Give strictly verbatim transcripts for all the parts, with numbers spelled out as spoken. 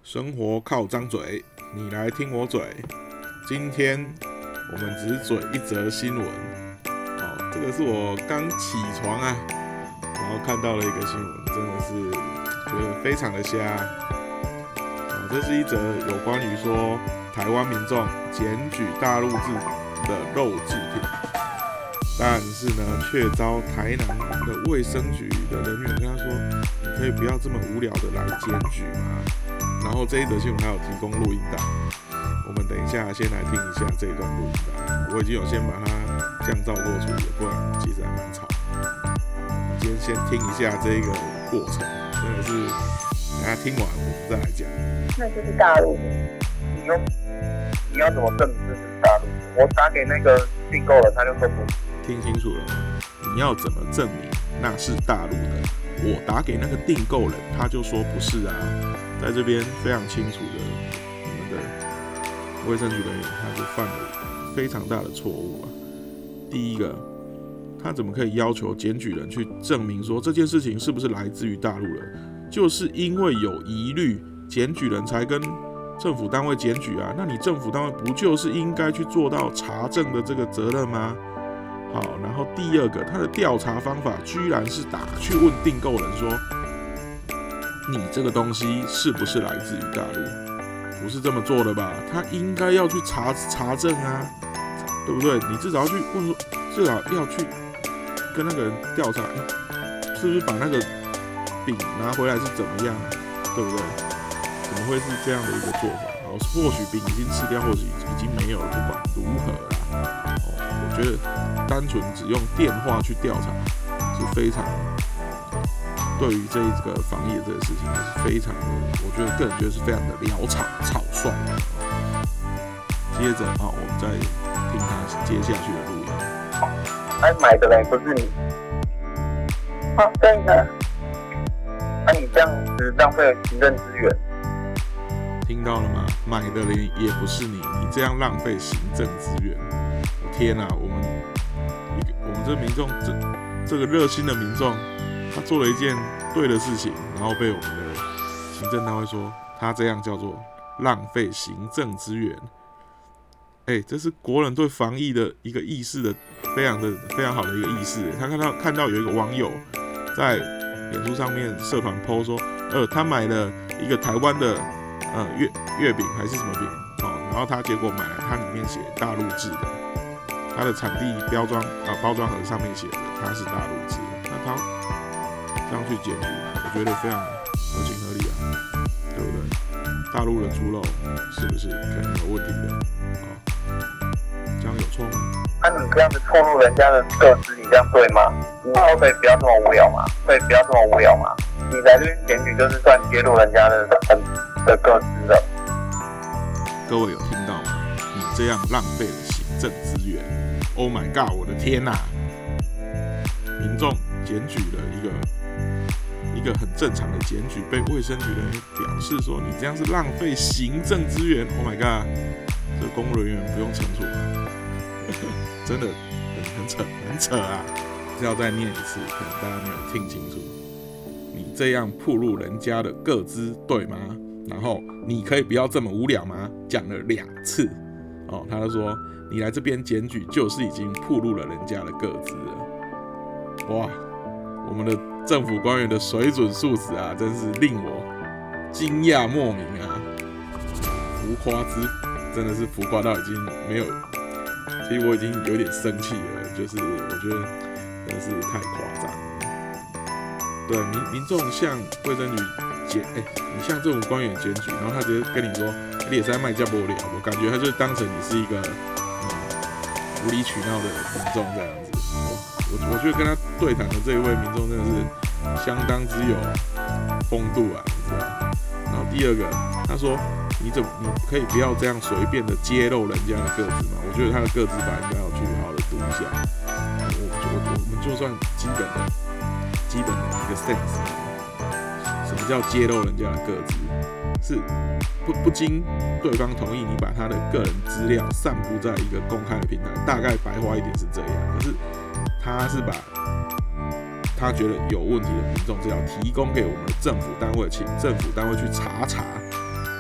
生活靠张嘴，你来听我嘴。今天我们只嘴一则新闻。哦，这个是我刚起床啊，然后看到了一个新闻，真的是觉得非常的瞎。哦，这是一则有关于说台湾民众检举大陆制的肉制品，但是呢，却遭台南的卫生局的人员跟他说：“你可以不要这么无聊的来检举吗？”然后这一则新闻还有提供录音档，我们等一下先来听一下这一段录音档。我已经有先把它降噪过处理了，不然其实还蛮吵。今天先听一下这个过程，真的是等一下听完我们再来讲。 那就是大陆的，你用你要怎么证明这是大陆？我打给那个订购人，他就说不是。 听清楚了吗？你要怎么证明那是大陆的？我打给那个订购人，他就说不是啊。在这边非常清楚的，我们的卫生局人员他就犯了非常大的错误啊。第一个，他怎么可以要求检举人去证明说这件事情是不是来自于大陆人？就是因为有疑虑，检举人才跟政府单位检举啊。那你政府单位不就是应该去做到查证的这个责任吗？好，然后第二个，他的调查方法居然是打去问订购人说，你这个东西是不是来自于大陆？不是这么做的吧？他应该要去查查证啊，对不对？你至少要去问说，至少要去跟那个人调查，是不是把那个饼拿回来是怎么样，对不对？怎么会是这样的一个做法？哦，或许饼已经吃掉，或许已经没有了，不管如何啦。哦，我觉得单纯只用电话去调查是非常。对于这一个防疫的这个事情，是非常的，我觉得个人觉得是非常的潦草草率的。接着啊，我们再听他接下去的录音。 哎，买的人不是你。啊，对的。那、啊、你这样子浪费了行政资源。 听到了吗？买的人也不是你，你这样浪费行政资源。我天啊，我们我们这民众，这这个热心的民众。他做了一件对的事情，然后被我们的行政单位说他这样叫做浪费行政资源。哎，这是国人对防疫的一个意识的非常的非常好的一个意识。他看到看到有一个网友在脸书上面社团 po 说，呃，他买了一个台湾的呃月月饼还是什么饼，哦，然后他结果买了，它里面写大陆制的，它的产地标装啊包装盒上面写的它是大陆制的，那他。这样去检举，我觉得非常合情合理啊，对不对？大陆的猪肉是不是可能有问题的？啊，这样有错吗？ 那、啊、你这样子透露人家的个资，你这样对吗？你可以不要这么无聊吗？可以不要这么无聊吗？你来这边检举就是算揭露人家的的个资了。 各位有听到吗？你这样浪费了行政资源 ！Oh my god！ 我的天哪、啊！民众检举了一个。一个很正常的检举，被卫生局人员表示说你这样是浪费行政资源。Oh my god！ 这公务人员不用惩处，真的很很扯，很扯啊！要再念一次，可能大家没有听清楚。你这样暴露人家的个资，对吗？然后你可以不要这么无聊吗？讲了两次，哦，他就说你来这边检举，就是已经暴露了人家的个资了。哇，我们的。政府官员的水准素质啊，真是令我惊讶莫名啊！浮夸之，真的是浮夸到已经没有，其实我已经有点生气了，就是我觉得真的是太夸张了。对，民民众向卫生局检，哎、欸，你向政府官员检举，然后他直接跟你说你也在卖价不了，我感觉他就当成你是一个、嗯、无理取闹的民众这样子。我我觉得跟他对谈的这一位民众真的是相当之有风度啊，你知道？然后第二个，他说你怎么你可以不要这样随便的揭露人家的个资吗？我觉得他的个资法应该要去好好的读一下。我我我们就算基本的基本的一个 sense， 什么叫揭露人家的个资？是不不经对方同意，你把他的个人资料散布在一个公开的平台，大概白话一点是这样。可是他是把他觉得有问题的民众资料提供给我们的政府单位，请政府单位去查查，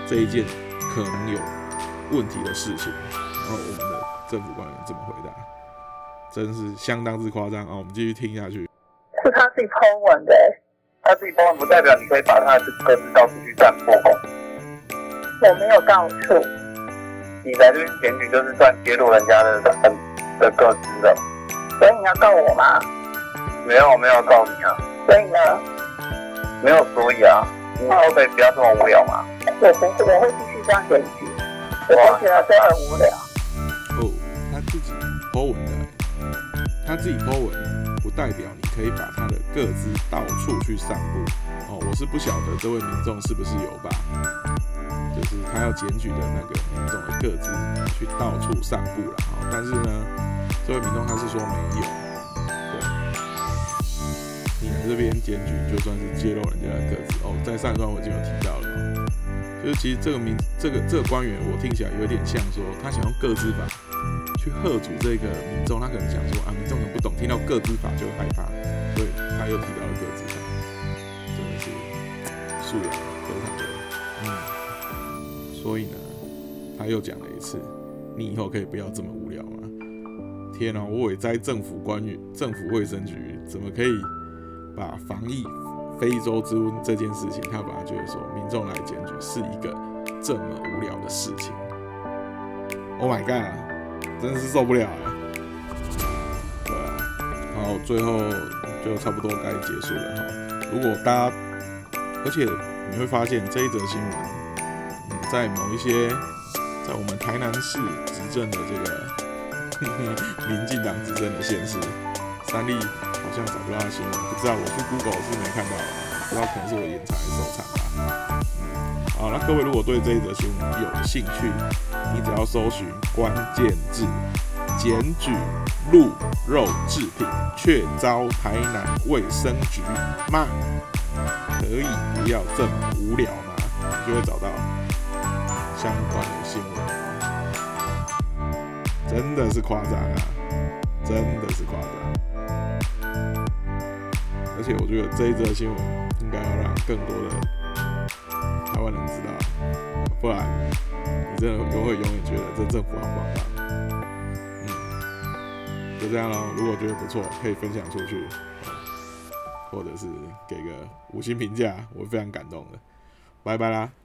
这一件可能有问题的事情。然后我们的政府官员这么回答，真是相当之夸张啊！我们继续听下去。 是他自己 po 文的、欸，他自己 po 文不代表你可以把他的个资到处去散播。我没有到处，你来这边检举就是算揭露人家的的的个资了。所以你要告我吗？没有，没有告你啊。所以呢？没有所以啊。你可不可以不要这么无聊嘛？我不会，我会继续这样检举。我觉得这很无聊。 哦，他自己 po 文的，他自己 po 文，不代表你可以把他的个资到处去散布。哦，我是不晓得这位民众是不是有把，就是他要检举的那个民众的个资去到处散布了。哦，但是呢，这位民众他是说没有。对，你来这边检举，就算是揭露人家的个资。哦，在上一段我已经有提到了。就是其实这个民这个这个官员，我听起来有点像说，他想用个资法去嚇阻这个民众，他可能想说啊，民众可能不懂，听到个资法就会害怕，所以他又提到了个资法，真的是素养非常的，嗯，所以呢，他又讲了一次，你以后可以不要这么无聊吗？天啊，我委在政府官员、政府卫生局怎么可以把防疫非洲之瘟这件事情，他本来觉得说民众来检举是一个这么无聊的事情。Oh my god， 真的是受不了了。对啊，然后最后就差不多该结束了哈。如果大家，而且你会发现这一则新闻，嗯，在某一些在我们台南市执政的这个民进党执政的县市，三立好像找不到他新闻，不知道我去 Google 是没看到的，不知道可能是我眼查还是手残吧。好，那各位如果对这一则新闻有兴趣，你只要搜寻关键字“检举鹿肉制品却遭台南卫生局骂”，可以不要这么无聊吗？你就会找到相关的新闻。真的是夸张啊，真的是夸张。而且我觉得这一则新闻应该要让更多的台湾人知道，不然你真的又会永远觉得这政府好棒棒。嗯，就这样咯。如果觉得不错，可以分享出去，或者是给个五星评价，我会非常感动的。拜拜啦。